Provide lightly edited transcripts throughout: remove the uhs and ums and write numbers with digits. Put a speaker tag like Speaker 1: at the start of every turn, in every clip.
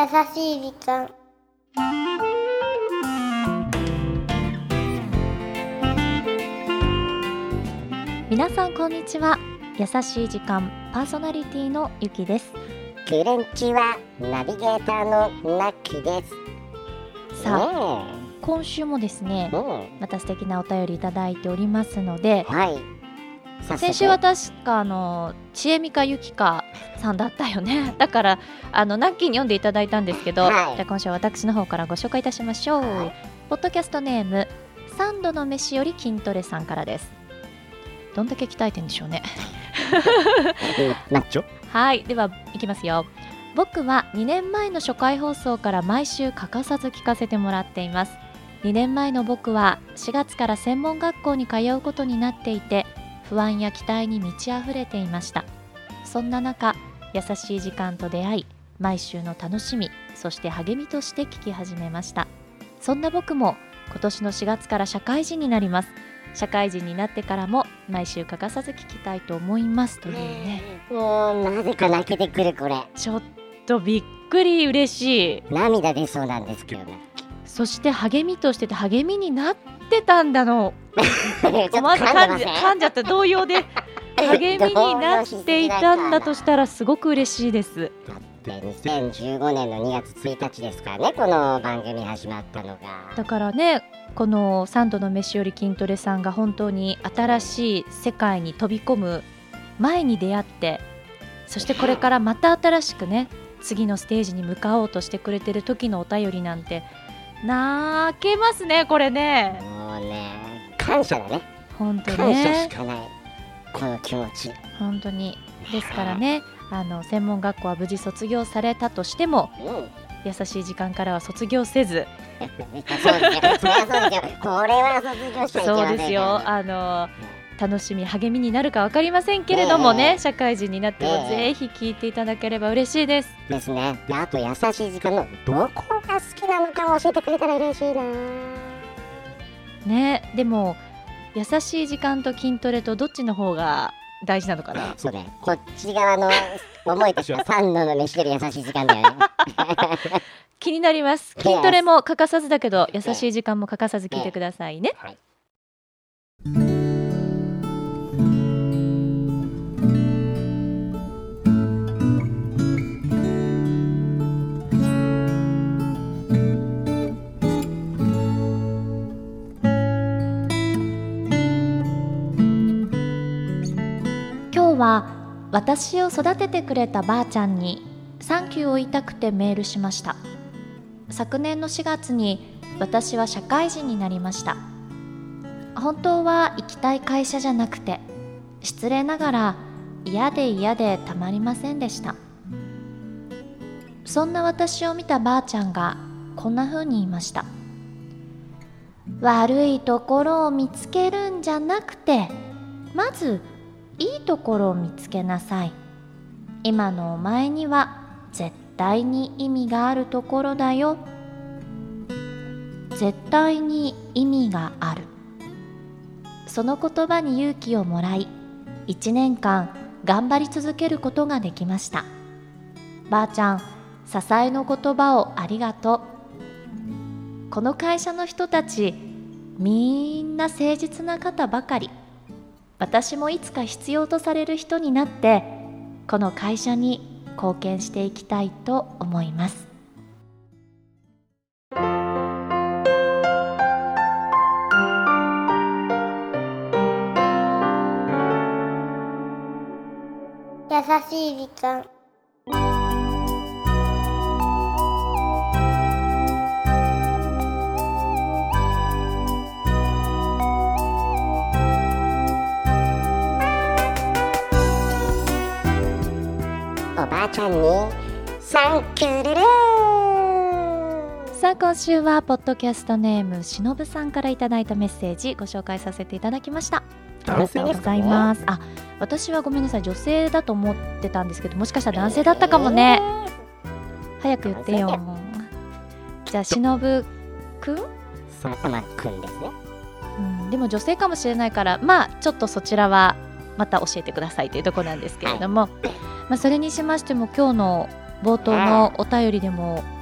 Speaker 1: しい時間。
Speaker 2: 皆さんこんにちは。優しい時間パーソナリティのゆきです。
Speaker 3: クレンチはナビゲーターのナッキです。
Speaker 2: さあ、今週もですね、また素敵なお便りいただいておりますので、
Speaker 3: はい、
Speaker 2: 先週は確かちえみかゆきかさんだったよね。だからナッキーに読んでいただいたんですけど、
Speaker 3: はい、
Speaker 2: じゃあ今週は私の方からご紹介いたしましょう。はい、ポッドキャストネーム3度の飯より筋トレさんからです。どんだけ鍛えてんでしょうね。
Speaker 3: マッチョ。
Speaker 2: はい、ではいきますよ。僕は2年前の初回放送から毎週欠かさず聞かせてもらっています。2年前の僕は4月から専門学校に通うことになっていて、不安や期待に満ち溢れていました。そんな中、優しい時間と出会い、毎週の楽しみ、そして励みとして聞き始めました。そんな僕も今年の4月から社会人になります。社会人になってからも毎週欠かさず聞きたいと思いますというね。
Speaker 3: もうなぜか泣けてくる。これ
Speaker 2: ちょっとびっくり嬉しい。
Speaker 3: 涙出そうなんですけどね。
Speaker 2: そして励みとしてて励みになってたんだの。
Speaker 3: まず
Speaker 2: 噛んじゃった動揺で励みになっていたんだとしたらすごく嬉しいです。
Speaker 3: だって2015年の2月1日ですからね、この番組始まったのが。
Speaker 2: だからね、この3度の飯より筋トレさんが本当に新しい世界に飛び込む前に出会って、そしてこれからまた新しくね、次のステージに向かおうとしてくれてる時のお便りなんて泣けますね。これね、
Speaker 3: もうね、感謝だね。
Speaker 2: 本当ね、
Speaker 3: 感謝しかない、この気持ち。
Speaker 2: 本当に。ですからね、専門学校は無事卒業されたとしても、優しい時間からは卒業せず
Speaker 3: そうですよ、これは卒業しちゃいけませんから。
Speaker 2: そうですよ、楽しみ励みになるか分かりませんけれどもね、社会人になってもぜひ聞いていただければ嬉しいです。
Speaker 3: ですね。あと優しい時間のどこが好きなのかも教えてくれたら嬉しいな
Speaker 2: ね。でも優しい時間と筋トレとどっちの方が大事なのかな。
Speaker 3: そうね、こっち側の思いとしては3度の飯より優しい時間だよね。
Speaker 2: 気になります。筋トレも欠かさずだけど、優しい時間も欠かさず聞いてくださいね。
Speaker 3: はい、
Speaker 2: 今日は私を育ててくれたばあちゃんにサンキューを言いたくてメールしました。昨年の4月に私は社会人になりました。本当は行きたい会社じゃなくて、失礼ながら嫌でたまりませんでした。そんな私を見たばあちゃんがこんな風に言いました。悪いところを見つけるんじゃなくて、まずいいところを見つけなさい。今のお前には絶対に意味があるところだよ。絶対に意味がある。その言葉に勇気をもらい、1年間頑張り続けることができました。ばあちゃん、支えの言葉をありがとう。この会社の人たち、みんな誠実な方ばかり。私もいつか必要とされる人になって、この会社に貢献していきたいと思います。
Speaker 1: 優しい時間。
Speaker 3: おばあちゃんにサンキュールルー。
Speaker 2: さあ、今週はポッドキャストネームしのぶさんからいただいたメッセージご紹介させていただきました。ありがとうございます。私はごめんなさい、女性だと思ってたんですけど、もしかしたら男性だったかもね。早く言ってよ。じゃあしのぶくん、
Speaker 3: さまくんですね。
Speaker 2: でも女性かもしれないから、まあちょっとそちらはまた教えてくださいというところなんですけれども、それにしましても今日の冒頭のお便りでも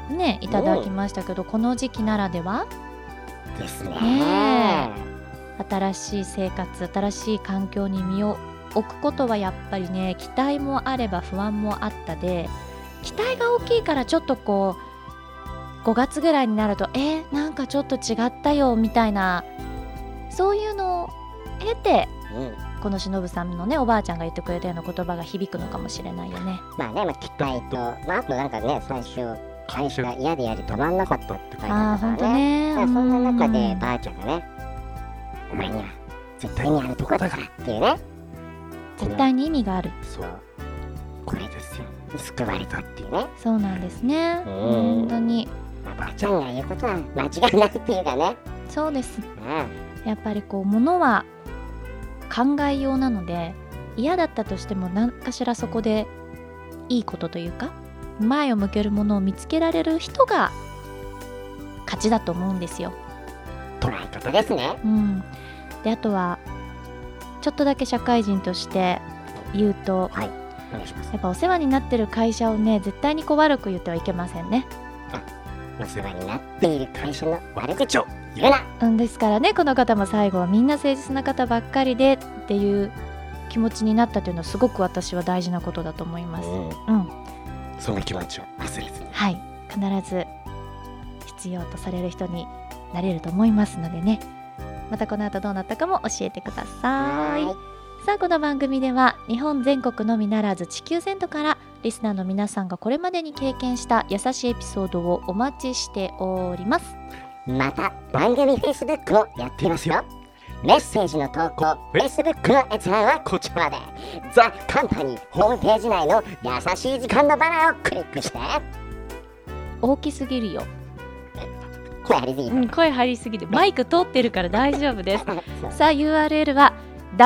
Speaker 2: ねいただきましたけど、この時期ならでは
Speaker 3: です
Speaker 2: ね
Speaker 3: ね。
Speaker 2: 新しい生活、新しい環境に身を置くことはやっぱりね、期待もあれば不安もあったで、期待が大きいからちょっとこう5月ぐらいになるとなんかちょっと違ったよみたいな、そういうのを経てこのしのぶさんのねおばあちゃんが言ってくれたような言葉が響くのかもしれないよね。
Speaker 3: まあね、期待と、あとなんかね、最初会社が嫌でやり止まんなかったって書いてあった
Speaker 2: ほんと
Speaker 3: からね。
Speaker 2: ね。
Speaker 3: そんな中でばあちゃんがね、お前には絶対にやるとこだからっていうね。
Speaker 2: 絶対に意味がある。
Speaker 3: そう、これですよ、救われたっていうね。
Speaker 2: そうなんですね。本当に
Speaker 3: ばあちゃんが言うことは間違いないっていうかね。
Speaker 2: そうです。やっぱりこう物は考えようなので、嫌だったとしても何かしらそこでいいことというか前を向けるものを見つけられる人が勝ちだと思うんですよ。
Speaker 3: 捉え方ですね。
Speaker 2: であとはちょっとだけ社会人として言うと、
Speaker 3: はい、お願いします。
Speaker 2: やっぱお世話になってる会社をね絶対にこう悪く言ってはいけませんね。
Speaker 3: お世話になっている会社の悪口を言うな。
Speaker 2: ですからね、この方も最後はみんな誠実な方ばっかりでっていう気持ちになったというのはすごく私は大事なことだと思います。
Speaker 3: その気持ちを忘れずに、
Speaker 2: はい、必ず必要とされる人になれると思いますのでね、またこの後どうなったかも教えてください。さあこの番組では日本全国のみならず地球全土からリスナーの皆さんがこれまでに経験した優しいエピソードをお待ちしております。
Speaker 3: また番組 Facebook もやっていますよ。メッセージの投稿 Facebook の閲覧はこちらまで。ザ・カンパニーホームページ内の優しい時間のバナーをクリックして。
Speaker 2: 大きすぎるよ。
Speaker 3: 声張りすぎる、
Speaker 2: 声張りすぎてマイク通ってるから大丈夫ですさあ URL は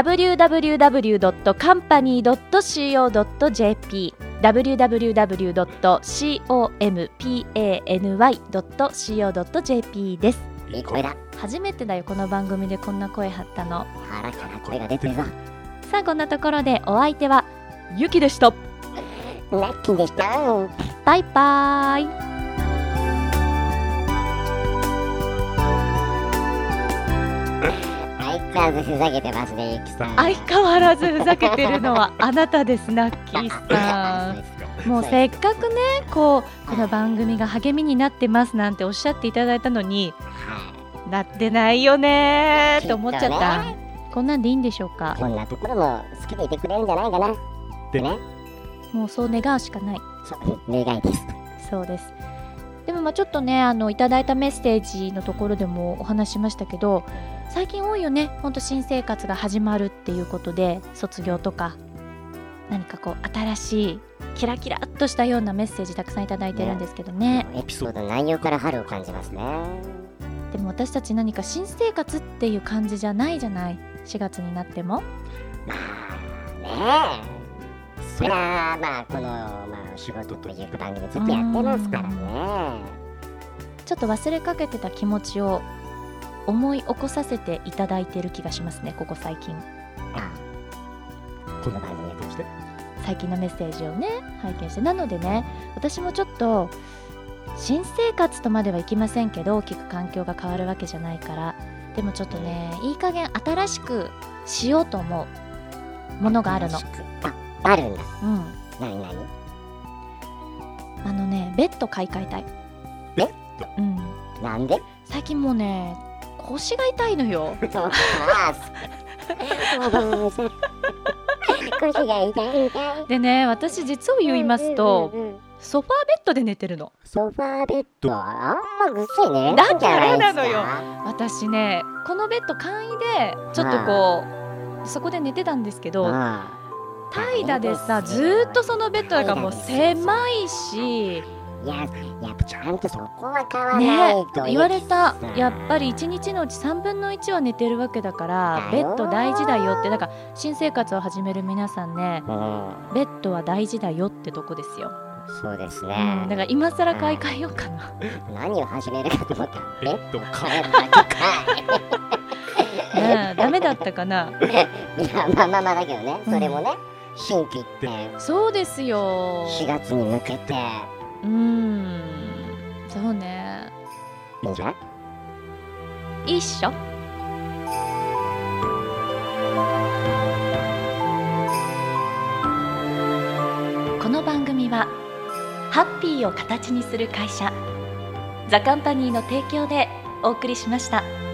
Speaker 2: www.company.co.jp www.company.co.jp です。
Speaker 3: いい声だ。
Speaker 2: 初めてだよこの番組でこんな声張ったの。
Speaker 3: 新たな声が出てるぞ。
Speaker 2: さあこんなところでお相手はゆきでした。
Speaker 3: ラッキーでした。
Speaker 2: バイバイ。
Speaker 3: 相変わらずふざけてますね、ゆきさん。
Speaker 2: 相変わらずふざけてるのはあなたです、ナッキーさん。もうせっかくねこの番組が励みになってますなんておっしゃっていただいたのに、なってないよねーと思っちゃった。こんなんでいいんでしょうか。
Speaker 3: こんなところも好きでいてくれるんじゃないかなってね。
Speaker 2: もうそう願うしかない。
Speaker 3: そう願いです。
Speaker 2: そうです。でもちょっとねいただいたメッセージのところでもお話しましたけど、最近多いよね、ほんと新生活が始まるっていうことで卒業とか何かこう新しいキラキラっとしたようなメッセージたくさんいただいてるんですけどね。
Speaker 3: エピソードの内容から春を感じますね。
Speaker 2: でも私たち何か新生活っていう感じじゃないじゃない、4月になっても。
Speaker 3: まあねそりゃまあこの仕事というか番組ずっとやってますからね。
Speaker 2: ちょっと忘れかけてた気持ちを思い起こさせていただいてる気がしますね、ここ最近。
Speaker 3: この番組を通して
Speaker 2: 最近のメッセージをね拝見して、なのでね私もちょっと新生活とまではいきませんけど大きく環境が変わるわけじゃないから、でもちょっとねいい加減新しくしようと思うものがあるの。
Speaker 3: あるんだ。
Speaker 2: 何
Speaker 3: 何
Speaker 2: ベッド買い替えたい。
Speaker 3: ベッド？なんで？
Speaker 2: 最近もうね腰が痛いのよ。
Speaker 3: そう腰が痛い
Speaker 2: でね、私実を言いますと、ソファーベッドで寝てるの。
Speaker 3: ソファーベッドはあんまぐっすり寝れ
Speaker 2: だか
Speaker 3: ないんじゃない
Speaker 2: らな
Speaker 3: ですか。
Speaker 2: のよ。私ねこのベッド簡易でちょっとこうそこで寝てたんですけど、怠惰でさずーっとそのベッドだからもう狭いし、
Speaker 3: やっぱちゃんとそこは買わないと、
Speaker 2: 言われた。やっぱり1日のうち3分の1は寝てるわけだからベッド大事だよって。だから新生活を始める皆さんね、ベッドは大事だよってとこですよ。
Speaker 3: そうですね、
Speaker 2: だから今更買い替えようかな。
Speaker 3: 何を始めるかと思ったらベッドを買えるだけか
Speaker 2: ダメだったかな。
Speaker 3: いやまあだけどね、それもね、新規って
Speaker 2: そうですよ。
Speaker 3: 4月に向けて
Speaker 2: そうね。
Speaker 3: いいんじゃない？
Speaker 2: いいっしょ。この番組はハッピーを形にする会社ザカンパニーの提供でお送りしました。